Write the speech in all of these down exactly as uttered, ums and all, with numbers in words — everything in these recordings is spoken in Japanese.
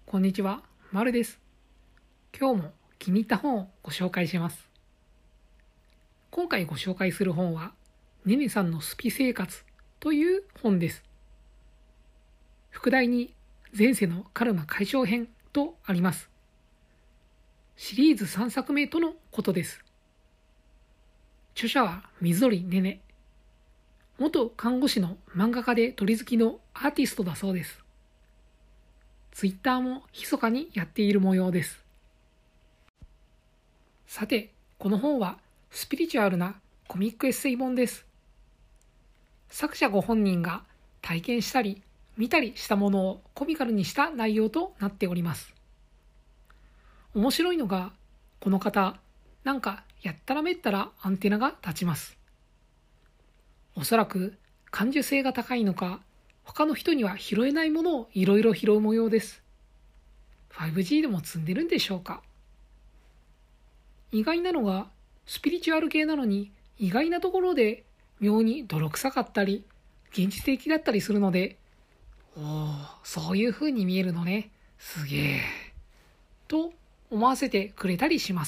こんにちは、まるです。今日も気に入った本をご紹介します。今回ご紹介する本は、ねねさんのスピ生活という本です。副題に前世のカルマ解消編とあります。シリーズさんさくめとのことです。著者は水鳥ねね。元看護師の漫画家で鳥好きのアーティストだそうです。ツイッターも密かにやっている模様です。さて、この本はスピリチュアルなコミックエッセイ本です。作者ご本人が体験したり見たりしたものをコミカルにした内容となっております。面白いのが、この方、なんかやったらめったらアンテナが立ちます。おそらく感受性が高いのか、他の人には拾えないものをいろいろ拾う模様です。ファイブジー でも積んでるんでしょうか。意外なのが、スピリチュアル系なのに意外なところで妙に泥臭かったり、現実的だったりするので、おー、そういう風に見えるのね。すげー。と思わせてくれたりします。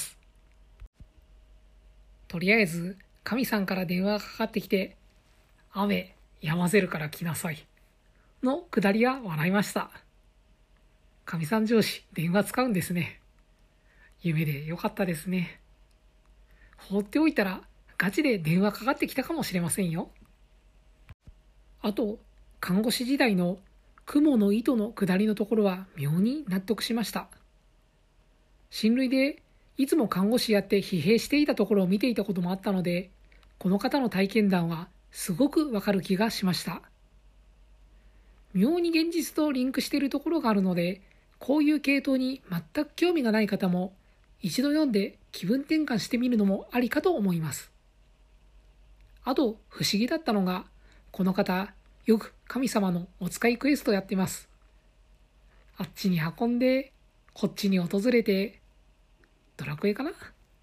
とりあえず、神さんから電話がかかってきて、雨、止ませるから来なさい。のくだりは笑いました。神さん上司、電話使うんですね。夢でよかったですね。放っておいたらガチで電話かかってきたかもしれませんよ。あと、看護師時代の雲の糸の下りのところは妙に納得しました。親類でいつも看護師やって疲弊していたところを見ていたこともあったので、この方の体験談はすごくわかる気がしました。妙に現実とリンクしているところがあるので、こういう系統に全く興味がない方も一度読んで気分転換してみるのもありかと思います。あと不思議だったのが、この方よく神様のお使いクエストやってます。あっちに運んでこっちに訪れて、ドラクエかな。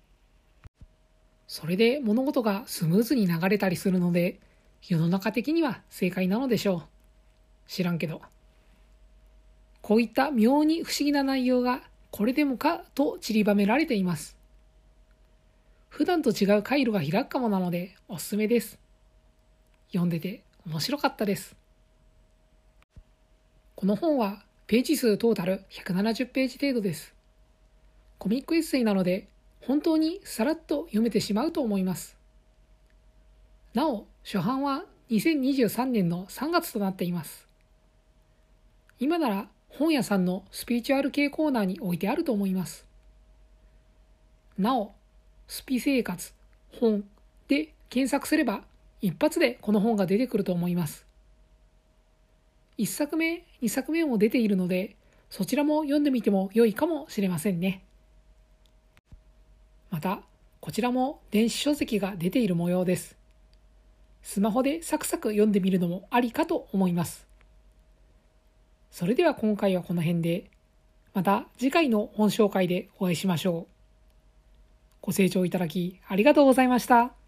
それで物事がスムーズに流れたりするので、世の中的には正解なのでしょう。知らんけど。こういった妙に不思議な内容がこれでもかと散りばめられています。普段と違う回路が開くかもなのでおすすめです。読んでて面白かったです。この本はページ数トータルひゃくななじゅうページ程度です。コミックエッセイなので本当にさらっと読めてしまうと思います。なお、初版はにせんにじゅうさんねんのさんがつとなっています。今なら本屋さんのスピリチュアル系コーナーに置いてあると思います。なお、スピ生活本で検索すれば一発でこの本が出てくると思います。いっさくめ、にさくめも出ているので、そちらも読んでみても良いかもしれませんね。また、こちらも電子書籍が出ている模様です。スマホでサクサク読んでみるのもありかと思います。それでは今回はこの辺で、また次回の本紹介でお会いしましょう。ご清聴いただきありがとうございました。